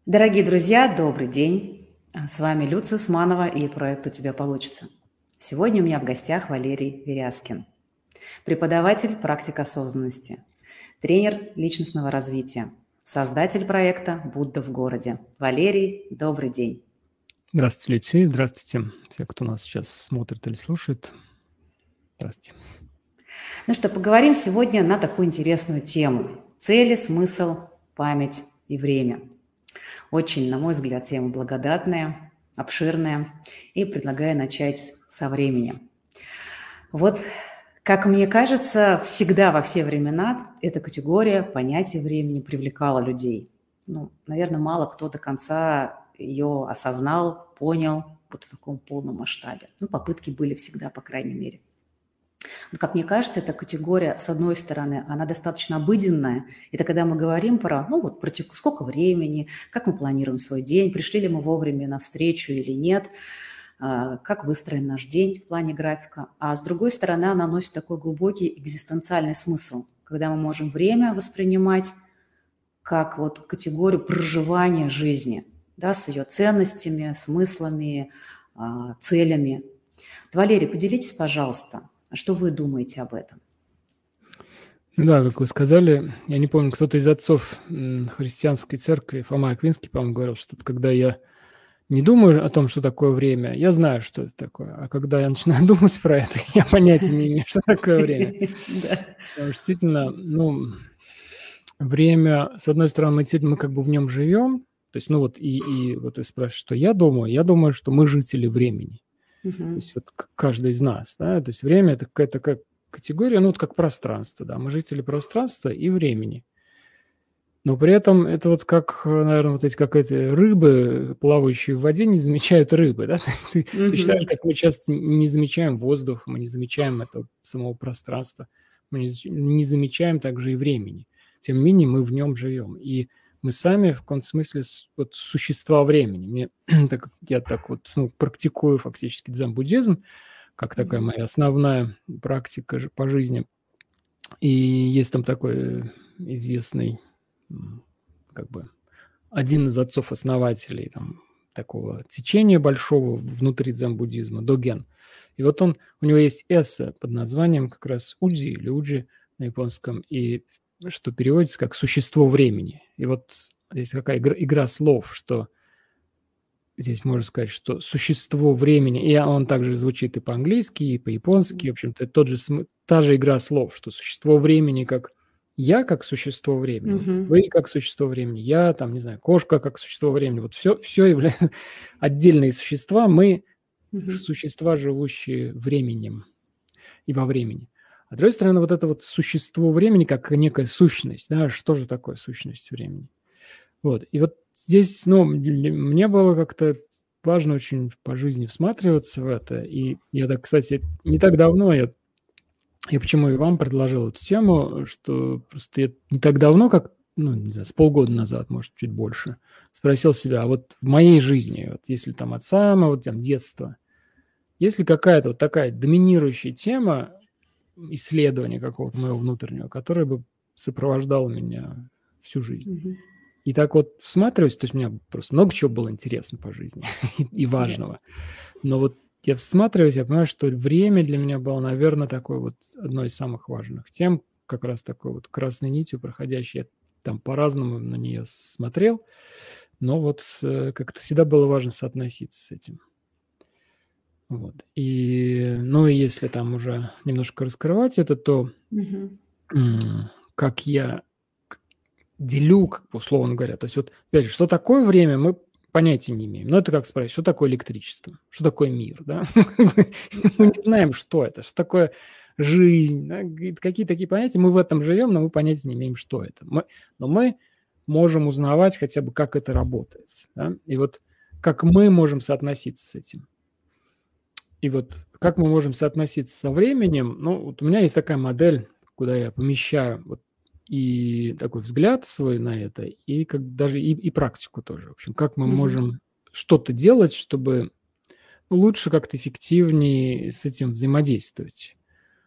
Дорогие друзья, добрый день! С вами Люция Усманова и проект «У тебя получится». Сегодня у меня в гостях Валерий Верязкин, преподаватель практик осознанности, тренер личностного развития, создатель проекта «Будда в городе». Валерий, добрый день! Здравствуйте, Люция, здравствуйте все, кто нас сейчас смотрит или слушает. Здравствуйте. Ну что, поговорим сегодня на такую интересную тему – цели, смысл, память и время. Очень, на мой взгляд, тема благодатная, обширная, и предлагаю начать со времени. Вот, как мне кажется, всегда во все времена эта категория понятия времени привлекала людей. Наверное, мало кто до конца ее осознал, понял вот в таком полном масштабе. Попытки были всегда, по крайней мере. Как мне кажется, эта категория, с одной стороны, она достаточно обыденная. Это когда мы говорим про сколько времени, как мы планируем свой день, пришли ли мы вовремя на встречу или нет, как выстроен наш день в плане графика. А с другой стороны, она носит такой глубокий экзистенциальный смысл, когда мы можем время воспринимать как категорию проживания жизни, да, с ее ценностями, смыслами, целями. Валерий, поделитесь, пожалуйста, что вы думаете об этом? Да, как вы сказали, я не помню, кто-то из отцов христианской церкви, Фома Аквинский, по-моему, говорил, что когда я не думаю о том, что такое время, я знаю, что это такое. А когда я начинаю думать про это, я понятия не имею, что такое время. Потому что действительно, время, с одной стороны, мы как бы в нем живем. То есть, и вот вы спрашиваете, что я думаю, что мы жители времени. То есть вот каждый из нас, да, то есть время – это какая-то такая категория, как пространство, да, мы жители пространства и времени. Но при этом это вот как, наверное, как эти рыбы, плавающие в воде, не замечают рыбы, да, ты считаешь, как мы часто не замечаем воздух, мы не замечаем этого самого пространства, мы не замечаем также и времени. Тем не менее, мы в нем живем. И мы сами в каком-то смысле существа времени. Я практикую фактически дзен-буддизм, как такая моя основная практика по жизни. И есть там такой известный, как бы, один из отцов-основателей такого течения большого внутри дзен-буддизма, Доген. И вот у него есть эссе под названием как раз «Уджи» или «Уджи» на японском, и что переводится как «существо времени». И вот здесь такая игра слов, что здесь можно сказать, что существо времени, и он также звучит и по-английски, и по-японски, в общем-то, та же игра слов, что существо времени как я как существо времени, вы как существо времени, я не знаю, кошка как существо времени, вот все является отдельные существа, мы существа, живущие временем и во времени. А с другой стороны, вот это вот существо времени как некая сущность, да, что же такое сущность времени? Вот, и вот здесь, мне было как-то важно очень по жизни всматриваться в это, и я так, кстати, не так давно, я почему и вам предложил эту тему, что просто я не так давно, как, не знаю, с полгода назад, может, чуть больше, спросил себя, а вот в моей жизни, вот если от самого детства, есть ли какая-то вот такая доминирующая тема исследования какого-то моего внутреннего, которая бы сопровождала меня всю жизнь. И так вот всматриваюсь, то есть у меня просто много чего было интересно по жизни и важного. Но вот я всматриваюсь, я понимаю, что время для меня было, наверное, такой вот одной из самых важных тем, как раз такой вот красной нитью проходящей. Я по-разному на нее смотрел, но вот как-то всегда было важно соотноситься с этим. Вот. И, и если уже немножко раскрывать это, то как я делю, условно говоря, то есть вот, опять же, что такое время, мы понятия не имеем. Но это как спросить, что такое электричество, что такое мир, да? Мы не знаем, что это, что такое жизнь, да? Какие такие понятия, мы в этом живем, но мы понятия не имеем, что это. Но мы можем узнавать хотя бы, как это работает, да? И вот как мы можем соотноситься с этим. И вот как мы можем соотноситься со временем, вот у меня есть такая модель, куда я помещаю и такой взгляд свой на это, и даже и практику тоже. В общем, как мы можем что-то делать, чтобы лучше, как-то эффективнее с этим взаимодействовать.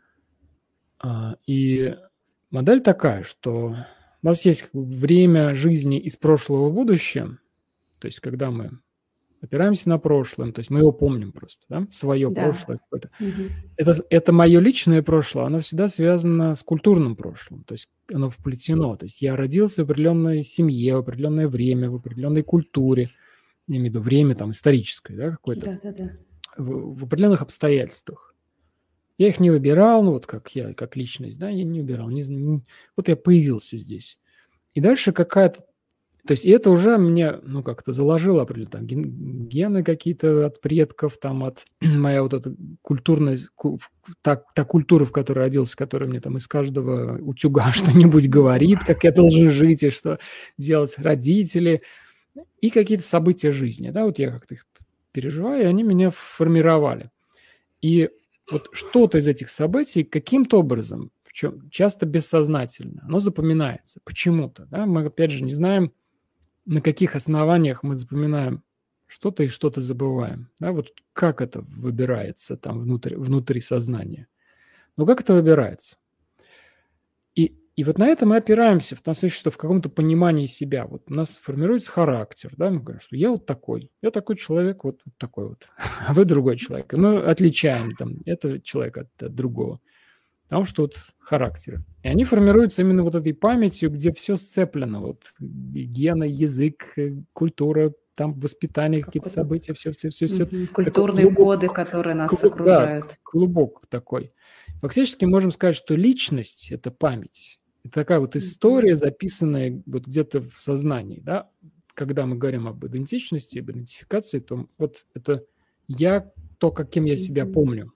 И модель такая, что у нас есть время жизни из прошлого в будущее, то есть когда мы опираемся на прошлое, то есть мы его помним просто, да, свое Да. прошлое какое-то. Мгм. Это мое личное прошлое, оно всегда связано с культурным прошлым, то есть оно вплетено. То есть я родился в определенной семье, в определенное время, в определенной культуре, я имею в виду время там историческое, да, какое-то, Да. в определенных обстоятельствах. Я их не выбирал, ну вот как я, как личность, да, я не выбирал. Вот я появился здесь. И дальше какая-то, то есть это уже мне, ну, как-то заложило определенно, там, гены какие-то от предков, там, от моя вот эта культурная, та культура, в которой родился, которая мне там из каждого утюга что-нибудь говорит, как я должен жить и что делать родители, и какие-то события жизни, да, вот я как-то их переживаю, и они меня формировали. И вот что-то из этих событий каким-то образом, причем часто бессознательно, оно запоминается почему-то, да, мы опять же не знаем, на каких основаниях мы запоминаем что-то и что-то забываем. Да, вот как это выбирается там внутри сознания. Ну, как это выбирается? И вот на это мы опираемся, в том смысле, что в каком-то понимании себя. Вот у нас формируется характер, да, мы говорим, что я вот такой, я такой человек, вот такой вот, а вы другой человек. И мы отличаем там этого человека от другого. Потому что вот характеры. И они формируются именно вот этой памятью, где все сцеплено. Вот гены, язык, культура, там воспитание, какие-то события, все. Культурные коды, которые нас окружают. Да, клубок такой. Фактически можем сказать, что личность – это память. Это такая вот история, записанная вот где-то в сознании. Да? Когда мы говорим об идентичности, об идентификации, то вот это я, то, каким я себя помню.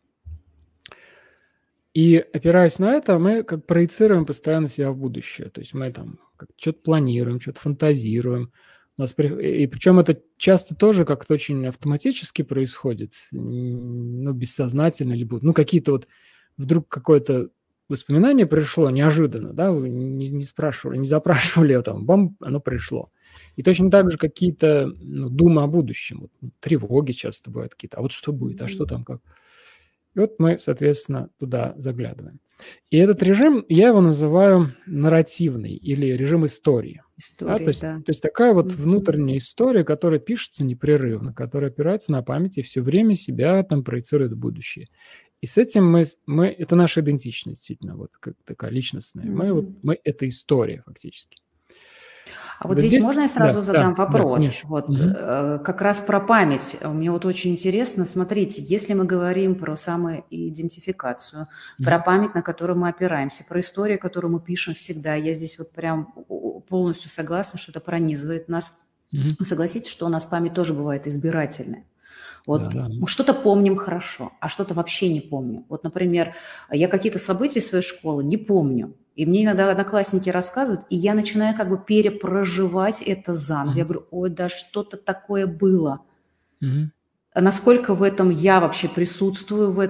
И опираясь на это, мы как проецируем постоянно себя в будущее. То есть мы там что-то планируем, что-то фантазируем. И причем это часто тоже как-то очень автоматически происходит, ну, бессознательно, либо какие-то вот вдруг какое-то воспоминание пришло неожиданно, да, вы не спрашивали, не запрашивали, там, бам, оно пришло. И точно так же какие-то думы о будущем, вот, тревоги часто бывают какие-то, а вот что будет, а что там, как. И вот мы, соответственно, туда заглядываем. И этот режим, я его называю нарративный или режим истории. История, То есть такая вот внутренняя история, которая пишется непрерывно, которая опирается на память и все время себя там проецирует в будущее. И с этим мы это наша идентичность, действительно, вот как такая личностная. Мы это история фактически. А вот здесь можно я сразу задам вопрос? Как раз про память. Мне вот очень интересно, смотрите, если мы говорим про самоидентификацию, про память, на которую мы опираемся, про историю, которую мы пишем всегда, я здесь вот прям полностью согласна, что это пронизывает нас. Согласитесь, что у нас память тоже бывает избирательная. Вот мы что-то помним хорошо, а что-то вообще не помню. Вот, например, я какие-то события своей школы не помню. И мне иногда одноклассники рассказывают, и я начинаю как бы перепроживать это заново. Я говорю, ой, да что-то такое было. Насколько в этом я вообще присутствую, в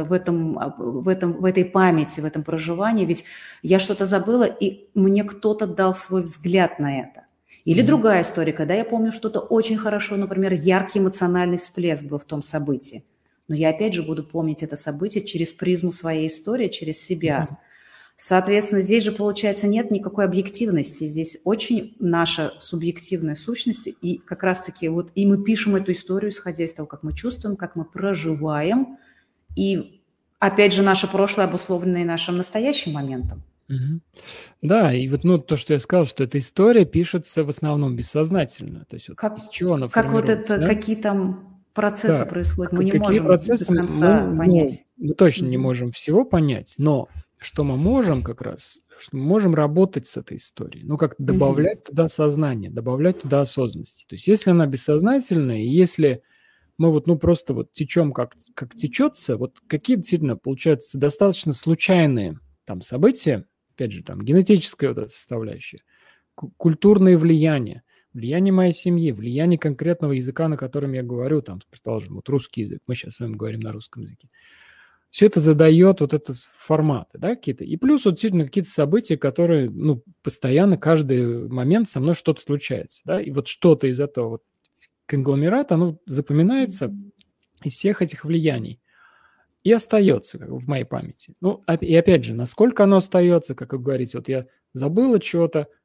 этой памяти, в этом проживании. Ведь я что-то забыла, и мне кто-то дал свой взгляд на это. Или другая история, когда я помню что-то очень хорошо, например, яркий эмоциональный всплеск был в том событии. Но я опять же буду помнить это событие через призму своей истории, через себя. Соответственно, здесь же, получается, нет никакой объективности. Здесь очень наша субъективная сущность, и как раз-таки вот и мы пишем эту историю, исходя из того, как мы чувствуем, как мы проживаем. И опять же, наше прошлое обусловлено и нашим настоящим моментом. Да, и вот то, что я сказал, что эта история пишется в основном бессознательно. То есть вот из чего она формируется. Как вот это, какие там процессы происходят, мы не можем процессы до конца понять. Мы точно не можем всего понять, но что мы можем как раз, что мы можем работать с этой историей, как-то добавлять туда сознание, добавлять туда осознанности. То есть если она бессознательная, и если мы просто течем как течется, вот какие действительно получаются достаточно случайные там события, опять же, там генетическая вот эта составляющая, культурные влияния, влияние моей семьи, влияние конкретного языка, на котором я говорю, там, предположим, вот русский язык, мы сейчас с вами говорим на русском языке. Все это задает вот этот форматы, да, какие-то. И плюс вот действительно какие-то события, которые, постоянно, каждый момент со мной что-то случается, да, и вот что-то из этого вот конгломерата, оно запоминается из всех этих влияний и остается в моей памяти. И опять же, насколько оно остается, как вы говорите, вот я забыла чего-то,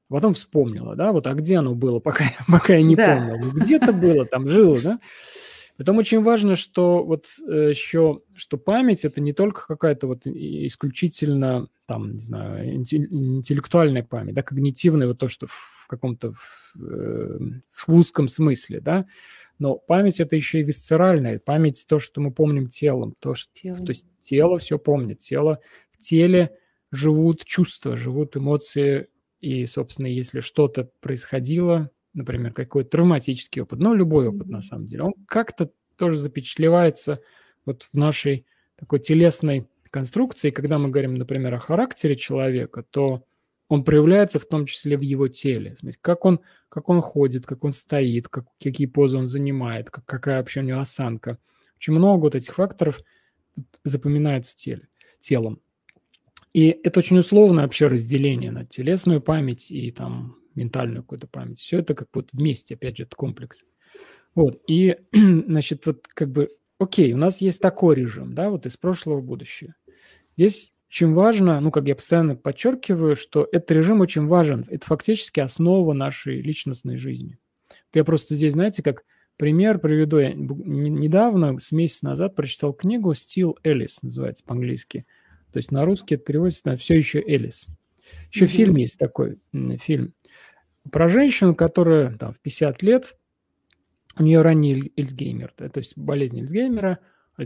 потом вспомнила, да, вот, а где оно было, пока я не помнил. Ну, где-то было, там жило, да. Потом очень важно, что вот еще, что память – это не только какая-то вот исключительно, там, не знаю, интеллектуальная память, да, когнитивная, вот то, что в каком-то в узком смысле, да, но память – это еще и висцеральная, память – то, что мы помним телом, то есть тело все помнит, в теле живут чувства, живут эмоции, и, собственно, если что-то происходило, например, какой-то травматический опыт, но любой опыт, на самом деле, он как-то тоже запечатлевается вот в нашей такой телесной конструкции. Когда мы говорим, например, о характере человека, то он проявляется в том числе в его теле. Как он ходит, как он стоит, какие позы он занимает, какая вообще у него осанка. Очень много вот этих факторов запоминаются телом. И это очень условное вообще разделение на телесную память и там ментальную какую-то память. Все это как вот вместе, опять же, это комплекс. Вот, и, значит, вот как бы, окей, у нас есть такой режим, да, вот из прошлого в будущее. Здесь очень важно, ну, как я постоянно подчеркиваю, что этот режим очень важен. Это фактически основа нашей личностной жизни. Я просто здесь, знаете, как пример приведу. Я недавно, с месяца назад, прочитал книгу «Still Alice», называется по-английски. То есть на русский это переводится на «Все еще Элис». Еще фильм есть такой, фильм про женщину, которая там в 50 лет, у нее ранний Альцгеймер, да, то есть болезнь Альцгеймера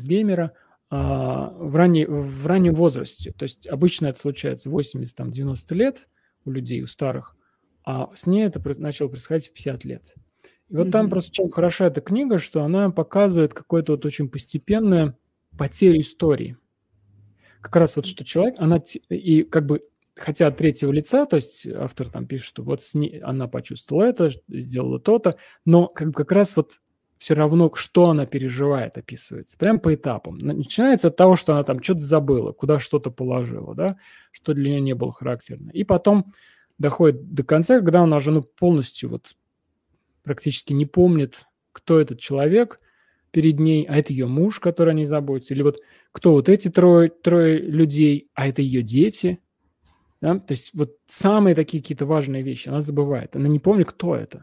в раннем возрасте. То есть обычно это случается 80-90 лет у людей, у старых, а с ней это начало происходить в 50 лет. И вот там просто чем хороша эта книга, что она показывает какое-то вот очень постепенное потерю истории. Как раз вот что человек, и как бы, хотя от третьего лица, то есть автор там пишет, что вот она почувствовала это, сделала то-то, но как раз вот все равно, что она переживает, описывается. Прям по этапам. Начинается от того, что она там что-то забыла, куда что-то положила, да, что для нее не было характерно. И потом доходит до конца, когда она уже полностью вот практически не помнит, кто этот человек перед ней, а это ее муж, который о ней заботится, или вот кто вот эти трое людей, а это ее дети. Да? То есть вот самые такие какие-то важные вещи она забывает. Она не помнит, кто это.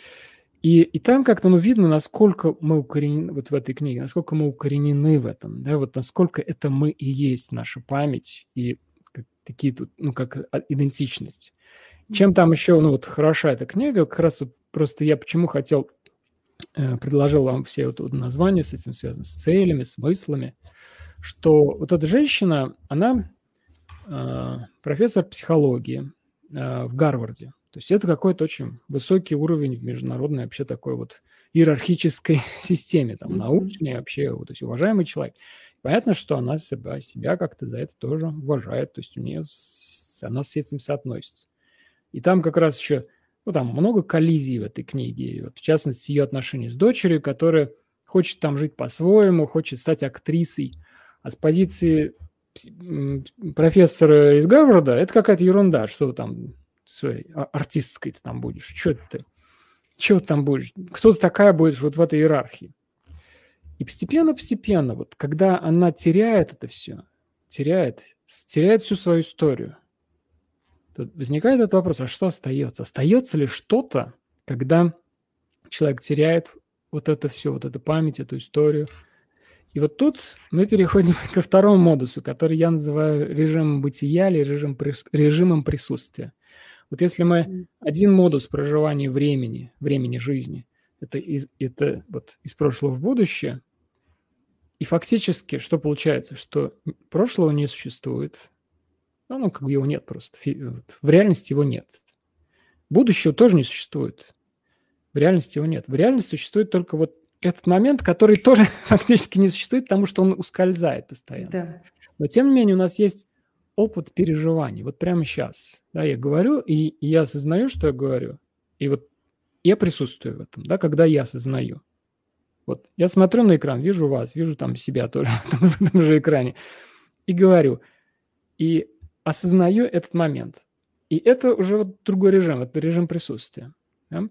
И там как-то видно, насколько мы укоренены, вот в этой книге, насколько мы укоренены в этом, да, вот насколько это мы и есть наша память и такие тут, как идентичность. Чем там еще, вот хороша эта книга, как раз вот просто я почему предложил вам все вот названия с этим связаны, с целями, смыслами, что вот эта женщина, она профессор психологии в Гарварде. То есть это какой-то очень высокий уровень в международной вообще такой вот иерархической системе, там, научной вообще, то есть уважаемый человек. Понятно, что она себя как-то за это тоже уважает, то есть она с этим соотносится. И там как раз еще, там много коллизий в этой книге, вот, в частности, ее отношения с дочерью, которая хочет там жить по-своему, хочет стать актрисой, а с позиции профессора из Гарварда это какая-то ерунда, что там своей артисткой ты там будешь, что ты там будешь, кто ты такая будешь вот в этой иерархии. И постепенно, вот когда она теряет это все, теряет всю свою историю, то возникает этот вопрос, а что остается? Остается ли что-то, когда человек теряет вот это все, вот эту память, эту историю? И вот тут мы переходим ко второму модусу, который я называю режимом бытия или режимом присутствия. Вот если мы один модус проживания времени жизни, это вот из прошлого в будущее, и фактически что получается? Что прошлого не существует, как бы его нет просто, в реальности его нет. Будущего тоже не существует, в реальности его нет. В реальности существует только вот этот момент, который тоже фактически не существует, потому что он ускользает постоянно. Да. Но тем не менее у нас есть опыт переживаний. Вот прямо сейчас. Да, я говорю, и я осознаю, что я говорю. И вот я присутствую в этом, да, когда я осознаю. Вот я смотрю на экран, вижу вас, вижу там себя тоже в этом же экране. И говорю. И осознаю этот момент. И это уже вот другой режим, это режим присутствия. Да?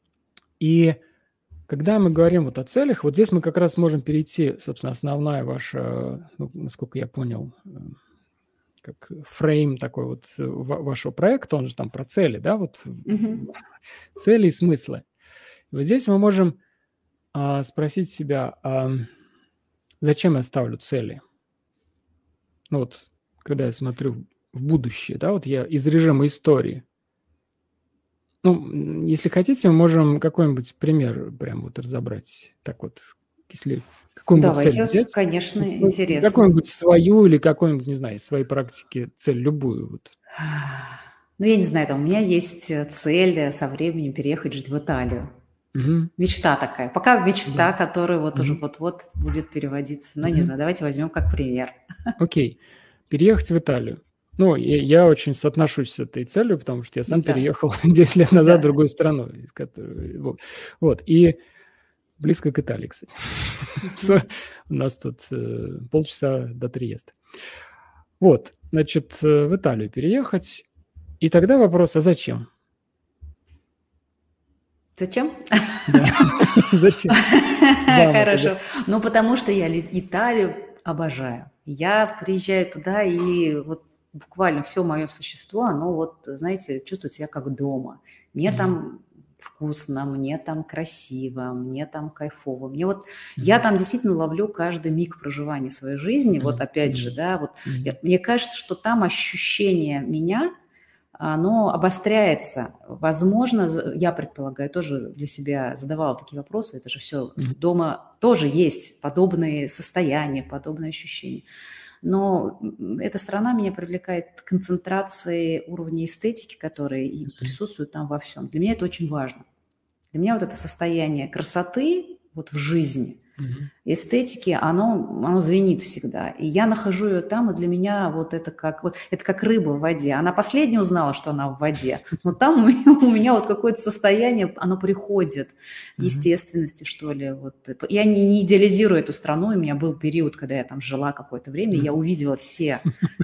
И когда мы говорим вот о целях, вот здесь мы как раз можем перейти, собственно, основная ваша, насколько я понял, как фрейм такой вот вашего проекта, он же там про цели, да, вот цели и смыслы. И вот здесь мы можем спросить себя, зачем я ставлю цели? Ну вот, когда я смотрю в будущее, да, вот я из режима истории. Ну, если хотите, мы можем какой-нибудь пример прям вот разобрать. Так вот, если какую-нибудь цель Давайте, взять, конечно, интересно. какую-нибудь свою или какую-нибудь, не знаю, из своей практики цель любую. Вот. Ну, я не знаю, там у меня есть цель со временем переехать жить в Италию. Мечта такая. Пока мечта, которая вот уже вот-вот будет переводиться. Ну, не знаю, давайте возьмем как пример. Окей. Переехать в Италию. Ну, я очень соотношусь с этой целью, потому что я сам переехал 10 лет назад в другую страну. Вот. И близко к Италии, кстати. У нас тут полчаса до Триеста. Вот, значит, в Италию переехать. И тогда вопрос, а зачем? Зачем? Зачем? Хорошо. Ну, потому что я Италию обожаю. Я приезжаю туда, и вот буквально все мое существо, оно вот, знаете, чувствует себя как дома. Мне там вкусно, мне там красиво, мне там кайфово. Мне вот, я там действительно ловлю каждый миг проживания своей жизни. Вот опять же, да, вот мне кажется, что там ощущение меня, оно обостряется. Возможно, я предполагаю, тоже для себя задавала такие вопросы, это же все дома тоже есть подобные состояния, подобные ощущения. Но эта страна меня привлекает концентрацией уровня эстетики, которые и присутствуют там во всем. Для меня это очень важно. Для меня вот это состояние красоты вот в жизни, эстетики, оно звенит всегда. И я нахожу ее там, и для меня вот это как рыба в воде. Она последняя узнала, что она в воде, но там у меня вот какое-то состояние, оно приходит, естественности, что ли. Вот. Я не идеализирую эту страну, у меня был период, когда я там жила какое-то время, я увидела все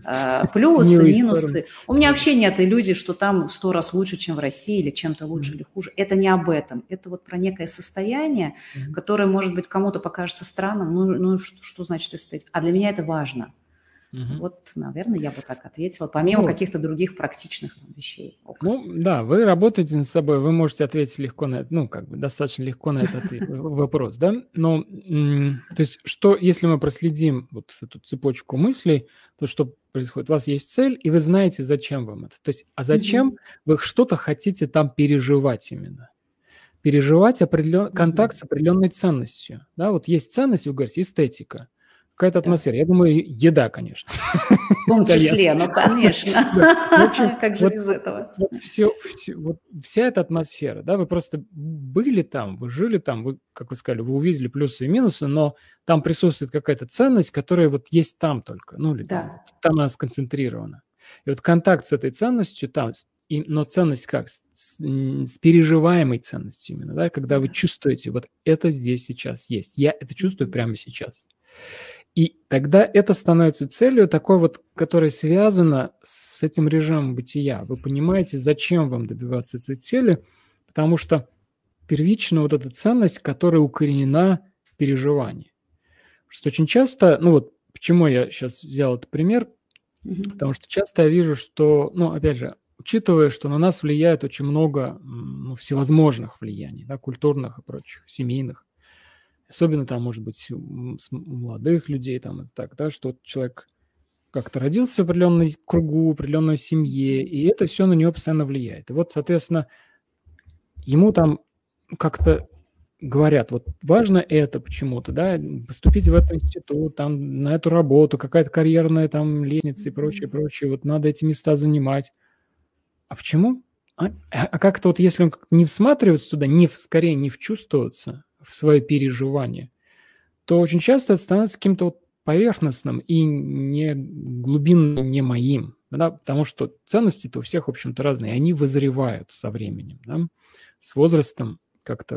плюсы, минусы. У меня вообще нет иллюзий, что там в 100 раз лучше, чем в России, или чем-то лучше или хуже. Это не об этом. Это вот про некое состояние, которое, может быть, кому-то покажется странным. Ну что значит эстетика? А для меня это важно. Вот, наверное, я бы так ответила, помимо каких-то других практичных вещей. Ну, да, вы работаете над собой, вы можете ответить легко на это, ну, как бы достаточно легко на этот вопрос, да? Но, то есть, что, если мы проследим вот эту цепочку мыслей, то что происходит? У вас есть цель, и вы знаете, зачем вам это. То есть, а зачем вы что-то хотите там переживать именно? Переживать контакт с определенной ценностью. Да, вот есть ценность, вы говорите, эстетика, какая-то атмосфера. Я думаю, еда, конечно. В том числе, ну, конечно. Как же без этого? Вот вся эта атмосфера, да, вы просто были там, вы жили там, вы, как вы сказали, вы увидели плюсы и минусы, но там присутствует какая-то ценность, которая вот есть там только, ну, или там она сконцентрирована. И вот контакт с этой ценностью там, но ценность как? С переживаемой ценностью именно, да, когда вы чувствуете, вот это здесь сейчас есть. Я это чувствую прямо сейчас. И тогда это становится целью такой вот, которая связана с этим режимом бытия. Вы понимаете, зачем вам добиваться этой цели, потому что первична вот эта ценность, которая укоренена в переживании. Что очень часто, ну вот почему я сейчас взял этот пример, потому что часто я вижу, что, ну, опять же, учитывая, что на нас влияет очень много всевозможных влияний, да, культурных и прочих, семейных, особенно там, может быть, у молодых людей, там, и так, да, что человек как-то родился в определенном кругу, в определенной семье, и это все на него постоянно влияет. И вот, соответственно, ему там как-то говорят, вот важно это почему-то, да, поступить в этот институт, там, на эту работу, какая-то карьерная там лестница и прочее, прочее, вот надо эти места занимать. А почему? А как-то вот если он не всматривается туда, скорее не вчувствоваться в свое переживание, то очень часто это становится каким-то вот поверхностным и не глубинным, не моим, да, потому что ценности-то у всех, в общем-то, разные, и они вызревают со временем, да, с возрастом как-то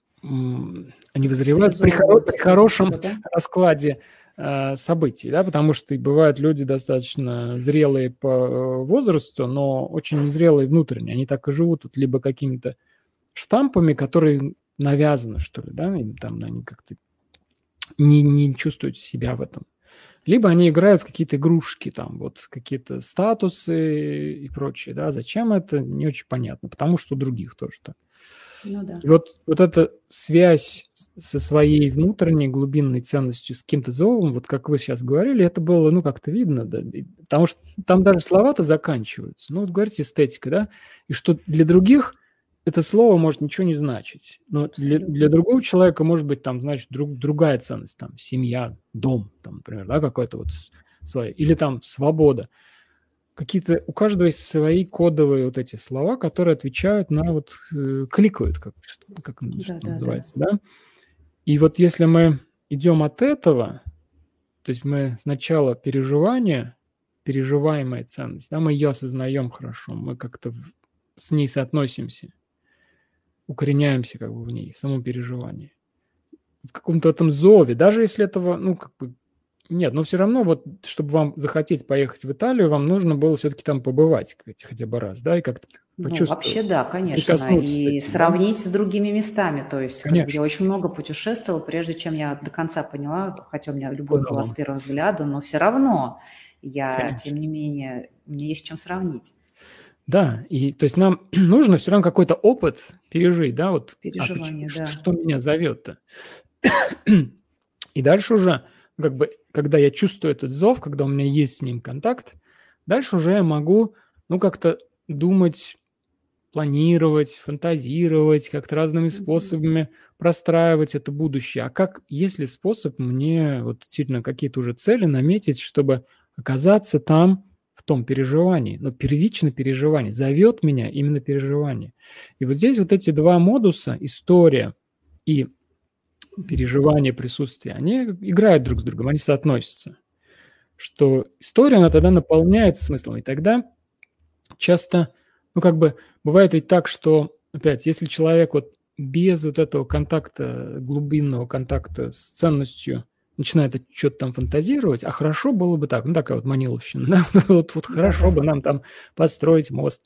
они вызревают при хорошем раскладе событий, да, потому что бывают люди достаточно зрелые по возрасту, но очень незрелые внутренне. Они так и живут тут либо какими-то штампами, которые навязаны, что ли, да, им там они как-то не чувствуют себя в этом. Либо они играют в какие-то игрушки, там, вот какие-то статусы и прочее, да, зачем это, не очень понятно, потому что у других тоже так. Ну да. И вот эта связь со своей внутренней глубинной ценностью, с каким-то зовом, вот как вы сейчас говорили, это было, ну, как-то видно, да, потому что там даже слова-то заканчиваются. Ну, вот говорите эстетика, да, и что для других это слово может ничего не значить, но для другого человека может быть там, значит, другая ценность, там, семья, дом, там, например, да, какой-то вот свой, или там свобода. Какие-то, у каждого есть свои кодовые вот эти слова, которые отвечают на вот, кликают, как что называется, да. И вот если мы идем от этого, то есть мы сначала переживаемая ценность, да, мы ее осознаем хорошо, мы как-то с ней соотносимся, укореняемся как бы в ней, в самом переживании. В каком-то этом зове, даже если этого, ну, как бы, нет, но все равно вот, чтобы вам захотеть поехать в Италию, вам нужно было все-таки там побывать хотя бы раз, да, и как-то Ну, вообще, почувствовать, да, конечно, прикоснуться с и этим, да? сравнить с другими местами. То есть как бы я Конечно. очень много путешествовала, прежде чем я до конца поняла, хотя у меня любовь Куда была с вам? первого взгляда, но все равно я, тем Конечно. не менее, мне есть чем сравнить. Да, и то есть нам нужно все равно какой-то опыт пережить, да, вот, Переживания, да. что меня зовет-то? И дальше уже, как бы, когда я чувствую этот зов, когда у меня есть с ним контакт, дальше уже я могу, ну, как-то думать, планировать, фантазировать, как-то разными способами простраивать это будущее. А как, есть ли способ мне вот действительно какие-то уже цели наметить, чтобы оказаться там, в том переживании, но первично переживание, зовет меня именно переживание. И вот здесь вот эти два модуса, история и переживание, присутствие, они играют друг с другом, они соотносятся. Что история, она тогда наполняет смыслом, и тогда часто, ну, как бы, бывает ведь так, что, опять, если человек вот без вот этого контакта, глубинного контакта с ценностью начинает что-то там фантазировать, а хорошо было бы так, ну, такая вот маниловщина, да, вот хорошо бы нам там построить мост,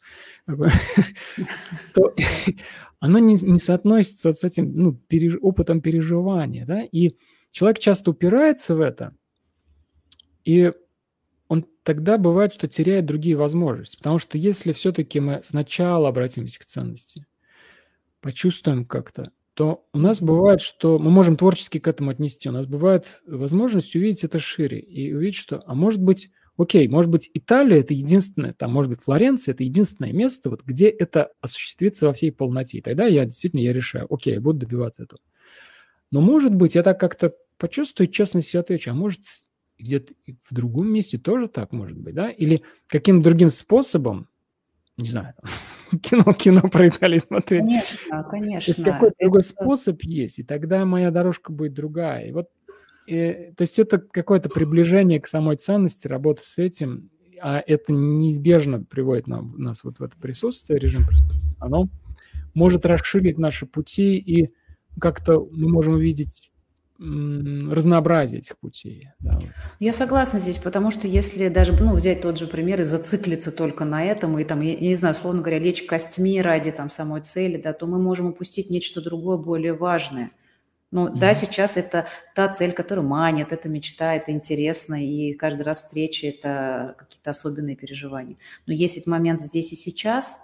то оно не соотносится вот с этим, ну, опытом переживания, да, и человек часто упирается в это, и он тогда бывает, что теряет другие возможности. Потому что если все-таки мы сначала обратимся к ценности, почувствуем как-то, то у нас бывает, что мы можем творчески к этому отнести. У нас бывает возможность увидеть это шире и увидеть, что, а может быть, окей, может быть, Италия – это единственное, там, может быть, Флоренция – это единственное место, вот, где это осуществится во всей полноте. И тогда я действительно решаю, окей, я буду добиваться этого. Но, может быть, я так как-то почувствую, честно себе отвечу, а может, где-то в другом месте тоже так может быть, да? Или каким-то другим способом, не знаю, там, кино про Италию смотреть. Конечно, То конечно. есть какой-то другой способ есть, и тогда моя дорожка будет другая. И вот, то есть это какое-то приближение к самой ценности, работа с этим, а это неизбежно приводит нас вот в это присутствие, режим присутствия. Оно может расширить наши пути, и как-то мы можем увидеть разнообразие этих путей. Да. Я согласна здесь, потому что если даже, ну, взять тот же пример и зациклиться только на этом, и там, я не знаю, условно говоря, лечь костьми ради там самой цели, да, то мы можем упустить нечто другое, более важное. Ну, да, сейчас это та цель, которая манит, это мечта, это интересно, и каждый раз встреча – это какие-то особенные переживания. Но есть этот момент здесь и сейчас,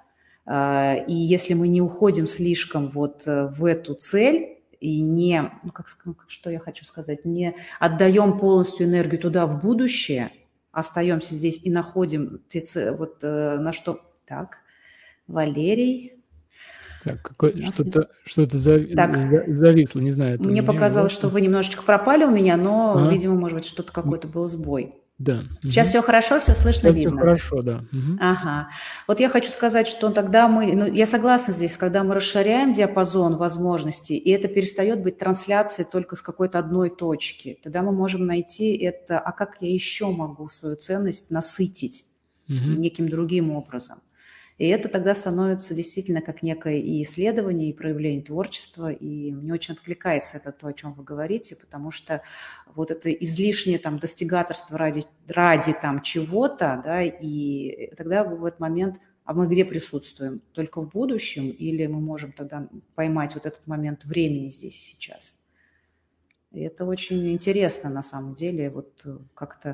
и если мы не уходим слишком вот в эту цель, и не, ну, что я хочу сказать, не отдаем полностью энергию туда, в будущее, остаемся здесь и находим вот на что... Так, Валерий... Так, что-то зависло, не знаю. Мне показалось, что вы немножечко пропали у меня, но, видимо, может быть, что-то какой-то был сбой. Да. Сейчас все хорошо, все слышно, Сейчас видно? все хорошо, да. Ага. Вот я хочу сказать, что тогда я согласна здесь, когда мы расширяем диапазон возможностей, и это перестает быть трансляцией только с какой-то одной точки, тогда мы можем найти это, а как я еще могу свою ценность насытить неким другим образом. И это тогда становится действительно как некое и исследование, и проявление творчества. И мне очень откликается это то, о чем вы говорите, потому что вот это излишнее там достигаторство ради там чего-то, да, и тогда в этот момент, а мы где присутствуем? Только в будущем? Или мы можем тогда поймать вот этот момент времени здесь и сейчас? И это очень интересно на самом деле, вот как-то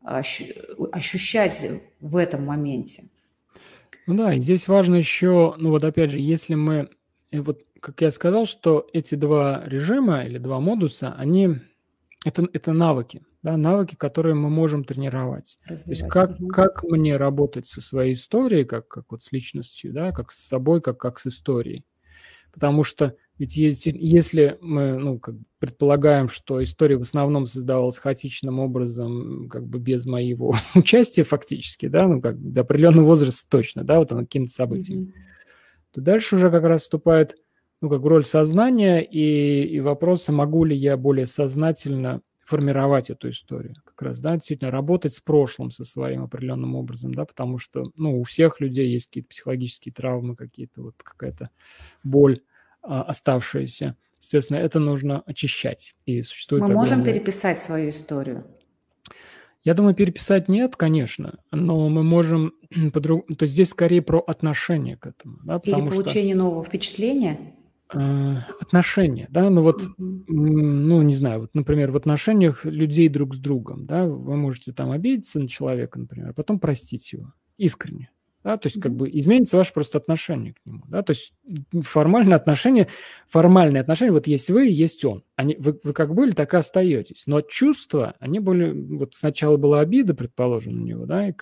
ощущать в этом моменте. Ну да, и здесь важно еще, ну вот опять же, если мы, вот как я сказал, что эти два режима или два модуса, они, это навыки, да, навыки, которые мы можем тренировать. То есть Развивать. как мне работать со своей историей, как вот с личностью, да, как с собой, как с историей. Потому что ведь если мы, ну, как бы предполагаем, что история в основном создавалась хаотичным образом, как бы без моего участия фактически, да, ну, как до определенного возраста точно, да, вот она какими-то событиями, то дальше уже как раз вступает, ну, как роль сознания и вопрос, могу ли я более сознательно формировать эту историю, как раз, да, действительно работать с прошлым со своим определенным образом, да, потому что, ну, у всех людей есть какие-то психологические травмы, какие-то вот какая-то боль оставшаяся. Соответственно, это нужно очищать. И существует Мы можем огромное... переписать свою историю? Я думаю, переписать нет, конечно, но мы можем по-другому... То есть здесь скорее про отношение к этому, да, Или потому что... получение нового впечатления? Отношения, да, ну вот, ну, не знаю, вот, например, в отношениях людей друг с другом, да, вы можете там обидеться на человека, например, а потом простить его искренне, да, то есть как бы изменится ваше просто отношение к нему, да, то есть формальные отношения, вот есть вы, есть он, вы как были, так и остаетесь, но чувства, они были, вот сначала была обида, предположим, на него, да,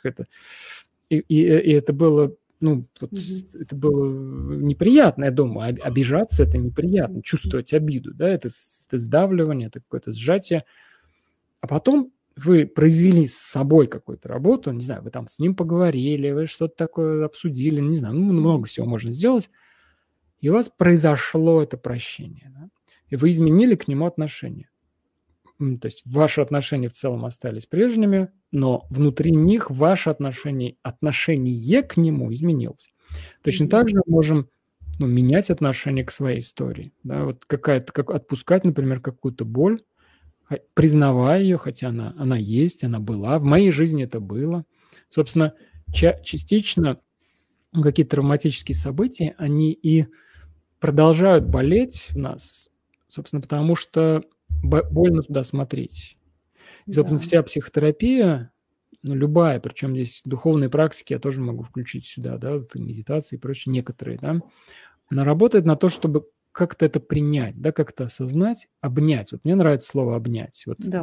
и это было... Ну, вот это было неприятно, я думаю. Обижаться – это неприятно. Чувствовать обиду, да, это сдавливание, это какое-то сжатие. А потом вы произвели с собой какую-то работу, не знаю, вы там с ним поговорили, вы что-то такое обсудили, не знаю, ну, много всего можно сделать, и у вас произошло это прощение, да, и вы изменили к нему отношение. То есть ваши отношения в целом остались прежними, но внутри них ваше отношение к нему изменилось. Точно так же мы можем, ну, менять отношение к своей истории. Да? Вот как отпускать, например, какую-то боль, признавая ее, хотя она есть, она была. В моей жизни это было. Собственно, частично какие-то травматические события, они и продолжают болеть в нас, собственно, потому что больно туда смотреть. И, собственно, вся психотерапия, ну, любая, причем здесь духовные практики я тоже могу включить сюда, да, вот медитации и прочие некоторые, да, она работает на то, чтобы как-то это принять, да, как-то осознать, обнять. Вот мне нравится слово «обнять». Вот Да, в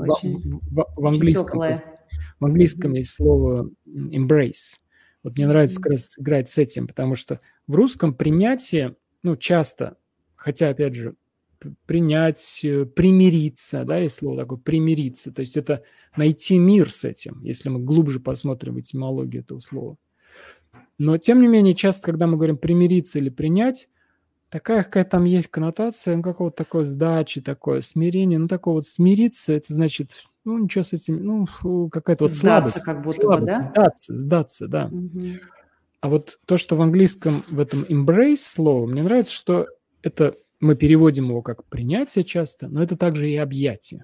английском есть слово «embrace». Вот мне нравится как раз играть с этим, потому что в русском принятие, ну, часто, хотя, опять же, принять, примириться, да, есть слово такое, примириться, то есть это найти мир с этим, если мы глубже посмотрим этимологию этого слова. Но, тем не менее, часто, когда мы говорим примириться или принять, такая какая-то там есть коннотация, ну, какого-то такой сдачи, такое смирение, ну, такое вот смириться, это значит, ну, ничего с этим, ну, какая-то вот сдаться, слабость. как будто бы, да? Сдаться, да. А вот то, что в английском в этом embrace слово, мне нравится, что это мы переводим его как принятие часто, но это также и объятие.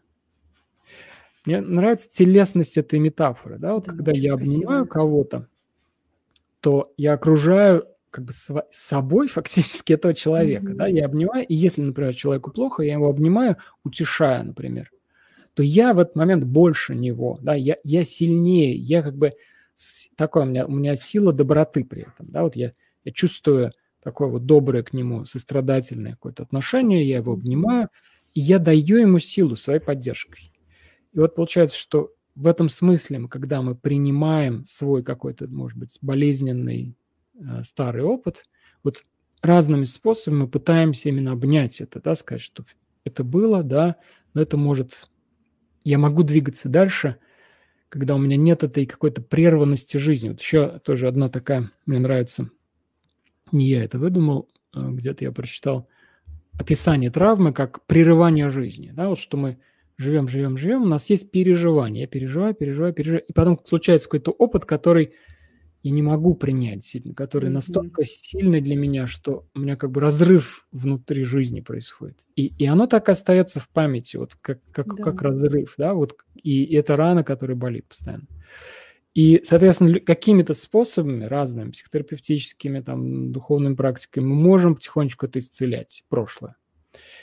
Мне нравится телесность этой метафоры, да, вот да, когда я обнимаю кого-то, то я окружаю как бы собой фактически этого человека, да, я обнимаю, и если, например, человеку плохо, я его обнимаю, утешая, например, то я в этот момент больше него, да, я сильнее, я как бы такой, у меня сила доброты при этом, да, вот я чувствую такое вот доброе к нему, сострадательное какое-то отношение, я его обнимаю, и я даю ему силу своей поддержкой. И вот получается, что в этом смысле, когда мы принимаем свой какой-то, может быть, болезненный старый опыт, вот разными способами мы пытаемся именно обнять это, да, сказать, что это было, да, но это может... Я могу двигаться дальше, когда у меня нет этой какой-то прерванности жизни. Вот еще тоже одна такая, мне нравится, не я это выдумал, где-то я прочитал описание травмы как прерывание жизни. Да, вот что мы живем, у нас есть переживание. Я переживаю, и потом случается какой-то опыт, который я не могу принять сильно, который настолько сильный для меня, что у меня как бы разрыв внутри жизни происходит. И оно так остается в памяти, вот как разрыв, да, вот, и это рана, которая болит постоянно. И, соответственно, какими-то способами, разными, психотерапевтическими, там, духовными практиками, мы можем потихонечку это исцелять, прошлое.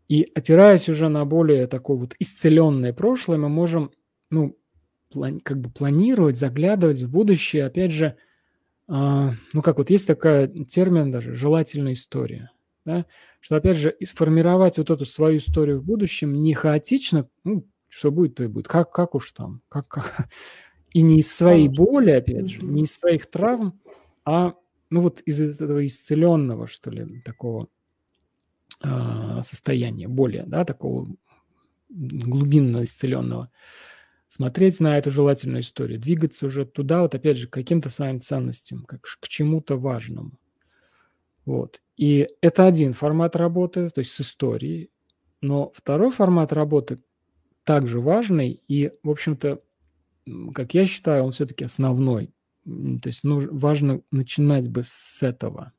И опираясь уже на более такое вот исцеленное прошлое, мы можем, ну, как бы планировать, заглядывать в будущее, опять же, ну, как вот есть такой термин даже «желательная история», да, что, опять же, и сформировать вот эту свою историю в будущем не хаотично, ну, что будет, то и будет, как уж там, и не из своей Получится. боли, опять же, не из своих травм, а, ну, вот из этого исцеленного, что ли, такого состояния, более, да, такого глубинно исцеленного. Смотреть на эту желательную историю, двигаться уже туда, вот опять же, к каким-то своим ценностям, как к чему-то важному. Вот. И это один формат работы, то есть с историей. Но второй формат работы также важный и, в общем-то, как я считаю, он все-таки основной. То есть важно начинать бы с этого.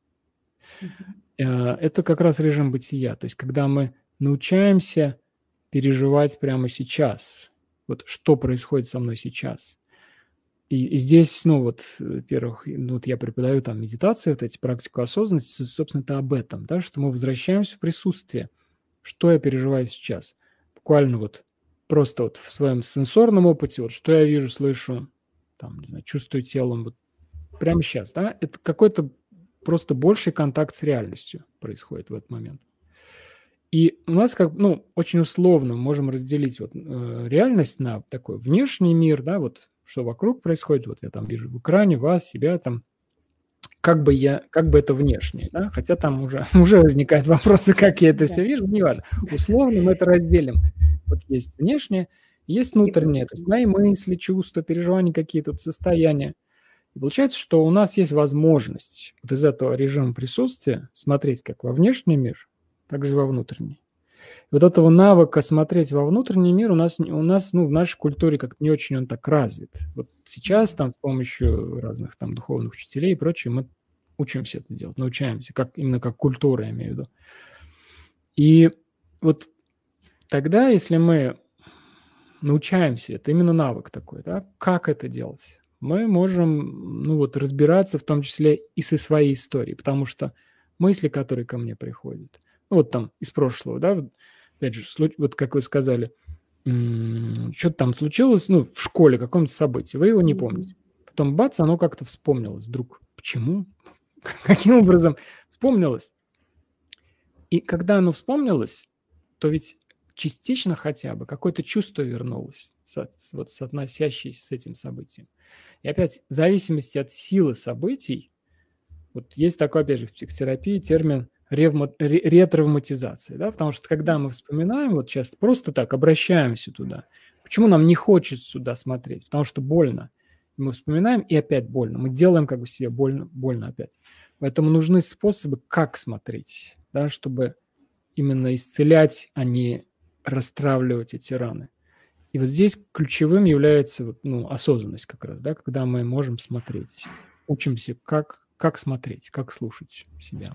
Это как раз режим бытия. То есть когда мы научаемся переживать прямо сейчас, вот что происходит со мной сейчас. И здесь, ну вот, во-первых, ну, вот я преподаю там медитацию, вот эти практику осознанности, собственно, это об этом, да, что мы возвращаемся в присутствие. Что я переживаю сейчас? Буквально вот просто вот в своем сенсорном опыте, вот что я вижу, слышу, там, не знаю, чувствую телом, вот прямо сейчас, да, это какой-то просто больший контакт с реальностью происходит в этот момент. И у нас как, ну, очень условно можем разделить вот реальность на такой внешний мир, да, вот что вокруг происходит, вот я там вижу в экране вас, себя там, как бы это внешнее, да, хотя там уже возникают вопросы, как я это все вижу, неважно. Условно мы это разделим. Вот есть внешнее, есть внутреннее, то есть мои мысли, чувства, переживания какие-то, вот состояния. И получается, что у нас есть возможность вот из этого режима присутствия смотреть как во внешний мир, так же во внутренний. И вот этого навыка смотреть во внутренний мир у нас ну, в нашей культуре как-то не очень он так развит. Вот сейчас там с помощью разных там духовных учителей и прочее мы учимся это делать, научаемся, именно как культура, я имею в виду. И вот тогда, если мы научаемся, это именно навык такой, да, как это делать, мы можем, ну вот, разбираться в том числе и со своей историей, потому что мысли, которые ко мне приходят, ну вот там из прошлого, да, опять же, вот как вы сказали, что-то там случилось, ну, в школе, каком-то событии, вы его не помните. Потом бац, оно как-то вспомнилось вдруг. Почему? Каким образом вспомнилось? И когда оно вспомнилось, то ведь частично хотя бы какое-то чувство вернулось, вот соотносящееся с этим событием. И опять, в зависимости от силы событий, вот есть такой, опять же, в психотерапии термин ретравматизация, да, потому что когда мы вспоминаем, вот часто просто так обращаемся туда, почему нам не хочется сюда смотреть? Потому что больно. Мы вспоминаем, и опять больно. Мы делаем как бы себе больно опять. Поэтому нужны способы, как смотреть, да, чтобы именно исцелять, а не расстравливать эти раны. И вот здесь ключевым является вот, ну, осознанность как раз, да, когда мы можем смотреть, учимся, как смотреть, как слушать себя.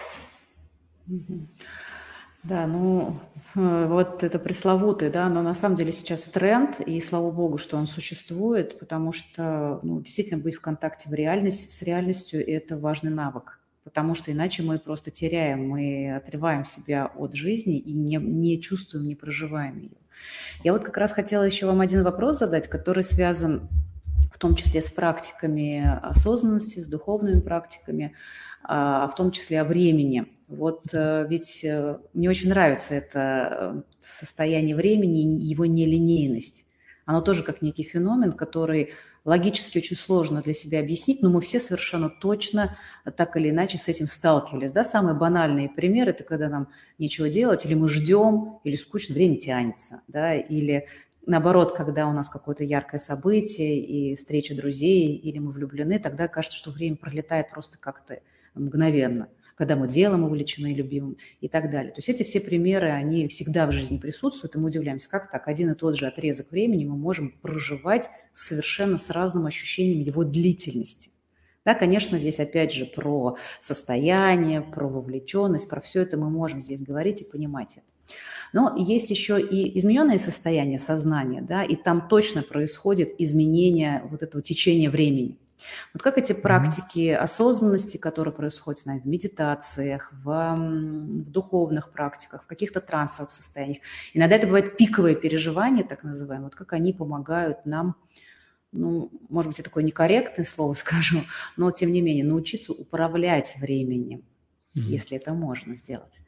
Да, ну, вот это пресловутый, да, но на самом деле сейчас тренд, и слава богу, что он существует, потому что, ну, действительно быть в контакте с реальностью – это важный навык, потому что иначе мы просто теряем, мы отрываем себя от жизни и не чувствуем, не проживаем ее. Я вот как раз хотела еще вам один вопрос задать, который связан в том числе с практиками осознанности, с духовными практиками, в том числе о времени. Вот ведь мне очень нравится это состояние времени и его нелинейность. Оно тоже как некий феномен, который логически очень сложно для себя объяснить, но мы все совершенно точно так или иначе с этим сталкивались. Да? Самые банальные примеры – это когда нам нечего делать, или мы ждем, или скучно, время тянется, да? Или наоборот, когда у нас какое-то яркое событие и встреча друзей, или мы влюблены, тогда кажется, что время пролетает просто как-то мгновенно, когда мы делом увлечены, любимым и так далее. То есть эти все примеры, они всегда в жизни присутствуют, и мы удивляемся, как так один и тот же отрезок времени мы можем проживать совершенно с разным ощущением его длительности. Да, конечно, здесь опять же про состояние, про вовлеченность, про все это мы можем здесь говорить и понимать это. Но есть еще и измененное состояние сознания, да, и там точно происходит изменение вот этого течения времени. Вот как эти Мгм. практики осознанности, которые происходят с нами в медитациях, в духовных практиках, в каких-то трансовых состояниях, иногда это бывает пиковые переживания, так называемые, вот как они помогают нам, ну, может быть, я такое некорректное слово скажу, но тем не менее научиться управлять временем, Мгм. если это можно сделать.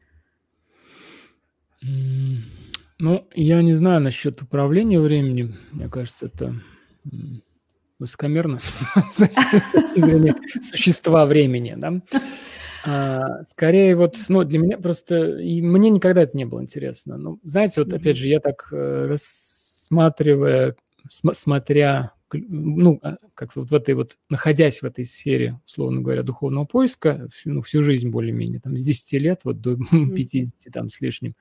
М, Ну, я не знаю насчет управления временем. Мне кажется, это м, высокомерно с точки зрения существа времени, да. Скорее вот, ну, для меня просто, и мне никогда это не было интересно. Ну, знаете, вот опять Мгм. же, я так рассматривая, смотря, ну, как вот в этой вот, находясь в этой сфере, условно говоря, духовного поиска, всю жизнь более-менее, там, с 10 лет вот до Мгм. 50 там с лишним,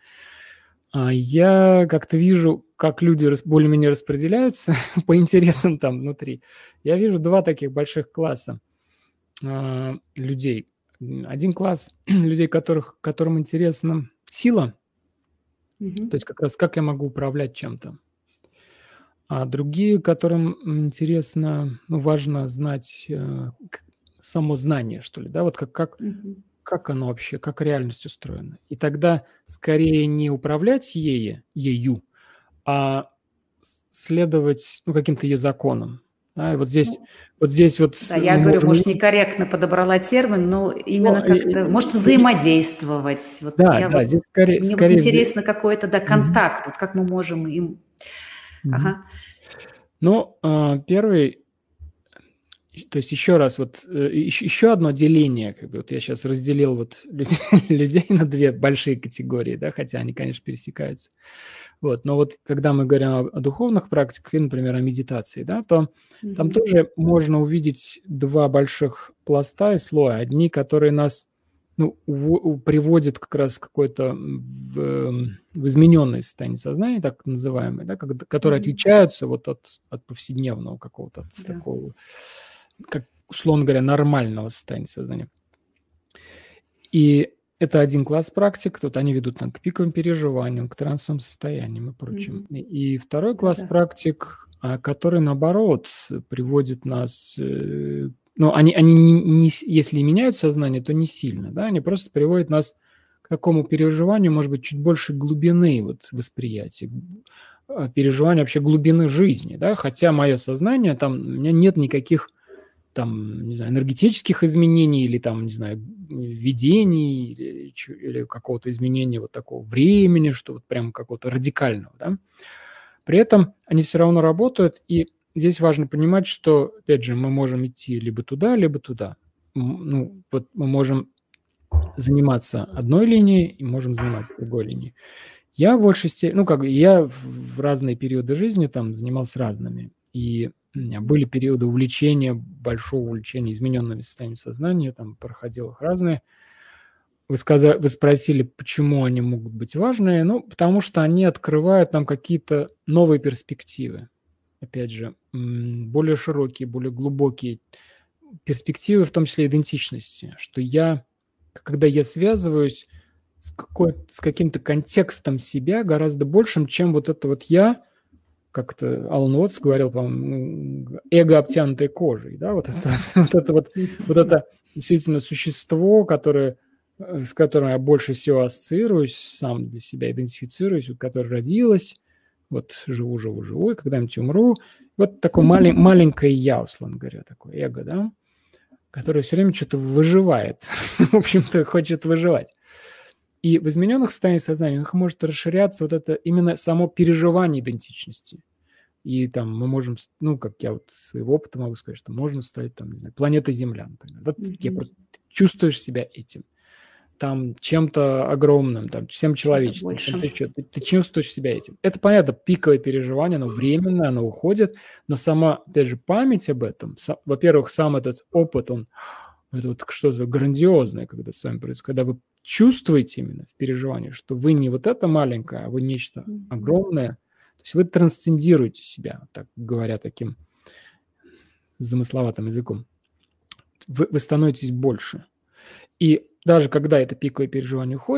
я как-то вижу, как люди более-менее распределяются по интересам там внутри. Я вижу два таких больших класса людей. Один класс людей, которым интересна сила, то Мгм. есть как раз как я могу управлять чем-то. А другие, которым интересно, ну, важно знать само знание, что ли, да, вот Мгм. как оно вообще, как реальность устроена. И тогда скорее не управлять ею, а следовать, ну, каким-то ее законам. Да, и Ну, вот здесь вот да, я мы говорю, можем может, видеть, некорректно подобрала термин, но именно ну, как-то, может, взаимодействовать. Вот да, я да, вот, здесь скорее, мне вот скорее интересно какой-то, да, мгм, контакт, вот как мы можем им... мгм. Ага. Ну, первый, то есть еще раз, вот еще одно деление, как бы вот я сейчас разделил вот людей на две большие категории, да, хотя они, конечно, пересекаются. Вот, но вот когда мы говорим о духовных практиках и, например, о медитации, да, то там Мгм. тоже можно увидеть два больших пласта и слоя. Одни, которые нас, ну, приводят как раз в какое-то в измененное состояние сознания, так называемое, да, которые Мгм. отличаются вот от повседневного какого-то, от Да. такого, как, условно говоря, нормального состояния сознания. И это один класс практик, тут они ведут там к пиковым переживаниям, к трансовым состояниям и прочим. Мгм. И второй класс Да-да. практик, который, наоборот, приводит нас, ну, они не если и меняют сознание, то не сильно, да, они просто приводят нас к такому переживанию, может быть, чуть больше глубины вот восприятия, переживания вообще глубины жизни, да, хотя мое сознание, там, у меня нет никаких там, не знаю, энергетических изменений или там, не знаю, видений или какого-то изменения вот такого времени, что вот прям какого-то радикального, да. При этом они все равно работают, и здесь важно понимать, что, опять же, мы можем идти либо туда, либо туда. Ну, вот мы можем заниматься одной линией и можем заниматься другой линией. Я в большей степени, ну, как бы я в разные периоды жизни там занимался разными. И у меня Мгм. были периоды увлечения, большого увлечения измененными состояниями сознания, там проходил их разные. Вы спросили, почему они могут быть важные. Ну, потому что они открывают нам какие-то новые перспективы. Опять же, более широкие, более глубокие перспективы, в том числе идентичности. Что когда я связываюсь с каким-то контекстом себя гораздо большим, чем вот это вот я, как это Алан Уотс говорил, по-моему, эго, обтянутой кожей, да, вот это вот это действительно существо, с которым я больше всего ассоциируюсь, сам для себя идентифицируюсь, вот которое родилось, вот живу, и когда-нибудь умру. Вот такое маленькое я, условно говоря, такое эго, да, которое все время что-то выживает, в общем-то, хочет выживать. И в измененных состояниях сознания у них может расширяться вот это именно само переживание идентичности. И там мы можем, ну, как я вот из своего опыта могу сказать, что можно стать там, не знаю, планетой Земля, например. Вот я Мгм. просто чувствуешь себя этим, там чем-то огромным, там, всем Чем-то человечеством, чем-то большим. еще. Ты чувствуешь себя этим. Это, понятно, пиковое переживание, оно временное, оно уходит, но сама, опять же, память об этом, во-первых, сам этот опыт, это вот что-то грандиозное, когда с вами происходит, когда вы чувствуете именно в переживании, что вы не вот это маленькое, а вы нечто Мгм. огромное. То есть вы трансцендируете себя, так говоря, таким замысловатым языком. Вы становитесь больше. И даже когда это пиковое переживание уходит,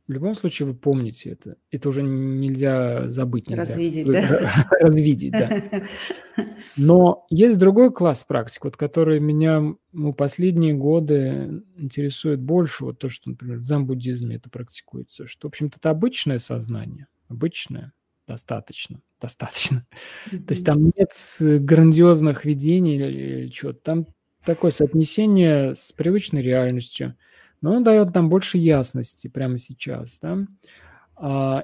в любом случае вы помните это. Это уже нельзя забыть, нельзя Развидеть, да? развидеть, да. Но есть другой класс практик, вот который меня последние годы интересует больше, вот то, что, например, в дзен-буддизме это практикуется, что, в общем-то, это обычное сознание, обычное, достаточно. То есть там нет грандиозных видений или чего-то, там такое соотнесение с привычной реальностью, но он дает нам больше ясности прямо сейчас, да.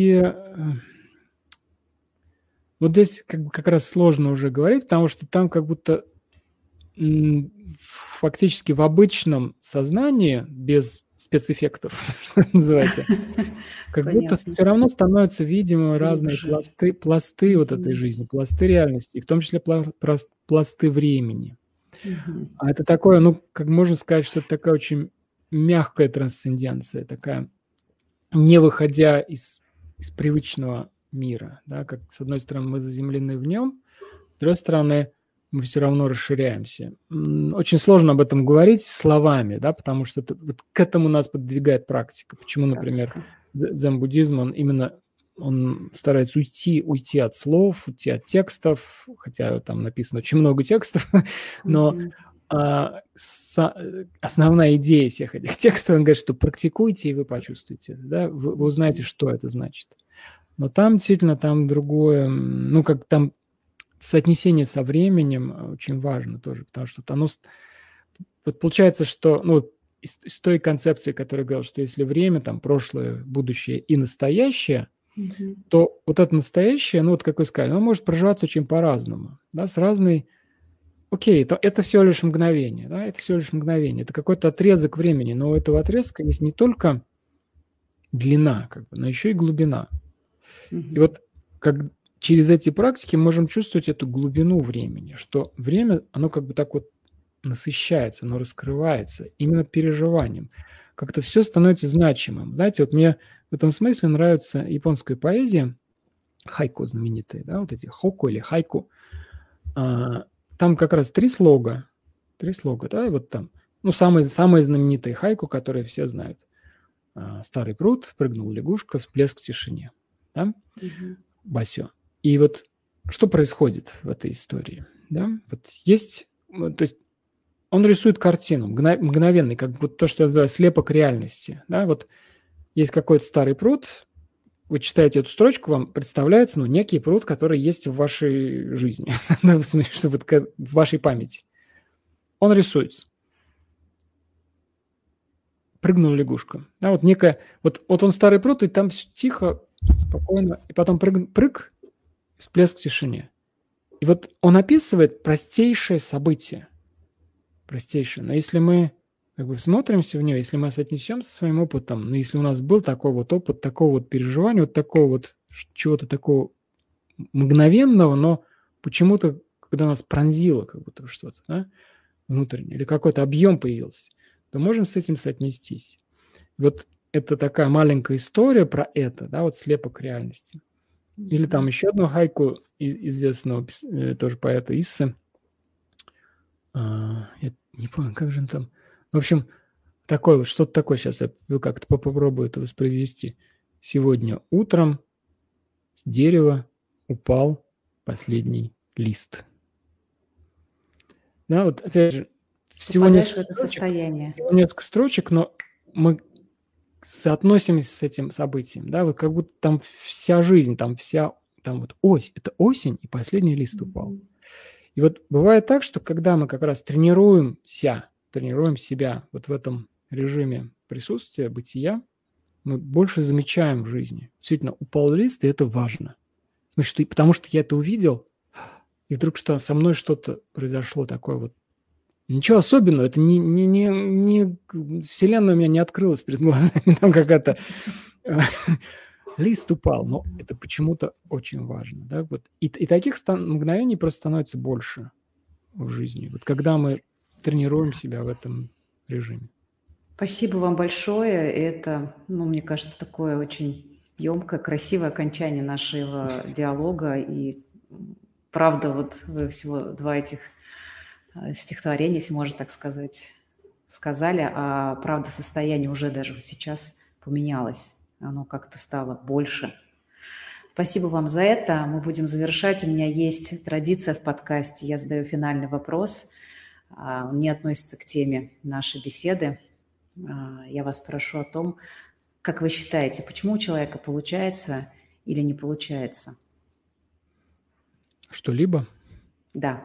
Вот здесь как раз сложно уже говорить, потому что там как будто фактически в обычном сознании, без спецэффектов, что называется, как будто все равно становятся видимы разные пласты вот этой жизни, пласты реальности, и в том числе пласты времени. А это такое, как можно сказать, что это такая очень мягкая трансценденция, такая, не выходя из привычного мира, да, как с одной стороны мы заземлены в нем, с другой стороны мы все равно расширяемся. Очень сложно об этом говорить словами, да, потому что вот к этому нас подвигает практика. Почему, например, дзен-буддизм, он старается уйти от слов, уйти от текстов, хотя там написано очень много текстов, но основная идея всех этих текстов, он говорит, что практикуйте, и вы почувствуете, да, вы узнаете, что это значит. Но там действительно там другое, как там соотнесение со временем очень важно тоже, потому что оно... Вот получается, что из той концепции, которая говорила, что если время, там, прошлое, будущее и настоящее, то вот это настоящее, как вы сказали, оно может проживаться очень по-разному, да, с разной... Окей, это всего лишь мгновение, да, это всего лишь мгновение, это какой-то отрезок времени, но у этого отрезка есть не только длина, но еще и глубина. И вот через эти практики мы можем чувствовать эту глубину времени, что время, оно так вот насыщается, оно раскрывается именно переживанием. Как-то все становится значимым. Знаете, вот мне в этом смысле нравится японская поэзия, хайку знаменитые, да, вот эти хоку или хайку. Там как раз три слога, да, и вот там, самые знаменитые хайку, которые все знают. Старый пруд, прыгнул лягушка, всплеск в тишине, да, басё. И вот что происходит в этой истории, да, вот есть, то есть он рисует картину мгновенный, как будто то, что я называю слепок реальности, да, вот есть какой-то старый пруд, вы читаете эту строчку, вам представляется, некий пруд, который есть в вашей жизни, в смысле, что вот в вашей памяти. Он рисуется. Прыгнула лягушка. Да, вот некая... Вот он старый пруд, и там все тихо, спокойно, и потом прыг, всплеск в тишине. И вот он описывает простейшее событие. Простейшее. Но если мы всмотримся в нее, если мы соотнесем со своим опытом, если у нас был такой вот опыт, такого вот переживания, вот такого вот чего-то такого мгновенного, но почему-то, когда нас пронзило как будто что-то, да, внутреннее, или какой-то объем появился, то можем с этим соотнестись. Вот это такая маленькая история про это, да, вот слепок реальности. Или там еще одно хайку известного тоже поэта Иссы. Я не помню, как же он там... В общем, такое вот, что-то такое сейчас я как-то попробую это воспроизвести. Сегодня утром с дерева упал последний лист. Да, вот опять же, всего несколько строчек, но мы соотносимся с этим событием, да, вот как будто там вся жизнь, там вот это осень, и последний лист упал. И вот бывает так, что когда мы как раз тренируем себя вот в этом режиме присутствия, бытия, мы больше замечаем в жизни. Действительно, упал лист, и это важно. В смысле, потому что я это увидел, и вдруг со мной что-то произошло такое вот. Ничего особенного, это не Вселенная у меня не открылась перед глазами, там какая-то лист упал, но это почему-то очень важно. Да? Вот. И таких мгновений просто становится больше в жизни. Вот когда мы тренируем себя в этом режиме. Спасибо вам большое. Это, мне кажется, такое очень емкое, красивое окончание нашего диалога. И правда, вот вы всего два этих стихотворения, если можно так сказать, сказали, а правда состояние уже даже сейчас поменялось, оно как-то стало больше. Спасибо вам за это. Мы будем завершать. У меня есть традиция в подкасте. Я задаю финальный вопрос. Он не относится к теме нашей беседы. Я вас прошу о том, как вы считаете, почему у человека получается или не получается? Что-либо? Да.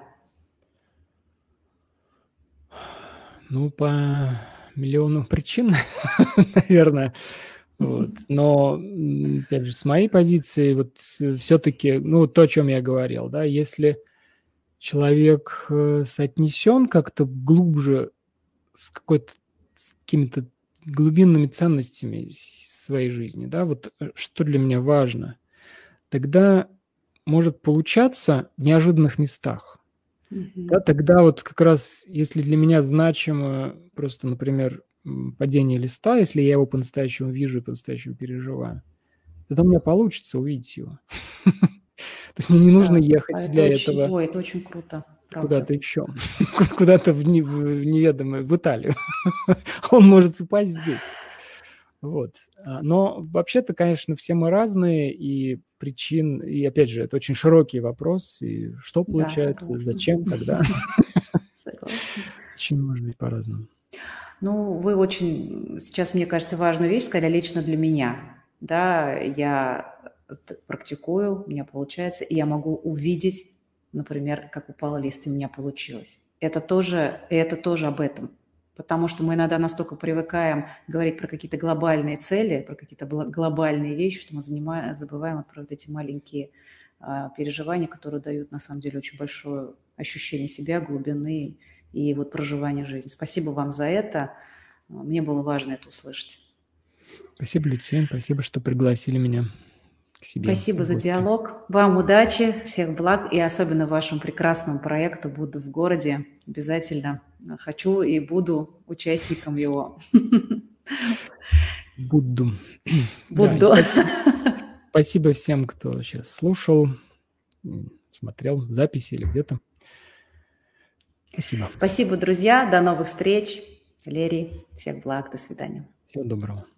Ну, по миллиону причин, наверное. Вот. Но, опять же, с моей позиции, вот все-таки, ну, то, о чем я говорил, да, если человек соотнесен как-то глубже с какими-то глубинными ценностями своей жизни, да, вот что для меня важно, тогда может получаться в неожиданных местах. Да, тогда вот как раз, если для меня значимо просто, например, падение листа, если я его по-настоящему вижу и по-настоящему переживаю, тогда у меня получится увидеть его. То есть мне не нужно ехать для этого Ой, это очень круто, правда. куда-то еще, куда-то в неведомое, в Италию. Он может упасть здесь. Вот. Но вообще-то, конечно, все мы разные, и причин, и опять же, это очень широкий вопрос, и что получается, согласна. зачем, когда. Согласна. Причин может быть по-разному. Ну, вы очень сейчас, мне кажется, важную вещь сказали лично для меня. Да, я практикую, у меня получается, и я могу увидеть, например, как упал лист, и у меня получилось. Это тоже об этом. Потому что мы иногда настолько привыкаем говорить про какие-то глобальные цели, про какие-то глобальные вещи, что мы забываем про вот эти маленькие переживания, которые дают, на самом деле, очень большое ощущение себя, глубины и вот проживания жизни. Спасибо вам за это. Мне было важно это услышать. Спасибо, Люция. Спасибо, что пригласили меня к себе. Спасибо за диалог. Вам удачи, всех благ и особенно вашему прекрасному проекту «Буду в городе». Обязательно хочу и буду участником его. Буду. Буду. Да, спасибо всем, кто сейчас слушал, смотрел записи или где-то. Спасибо. Спасибо, друзья. До новых встреч. Лерий, всех благ. До свидания. Всего доброго.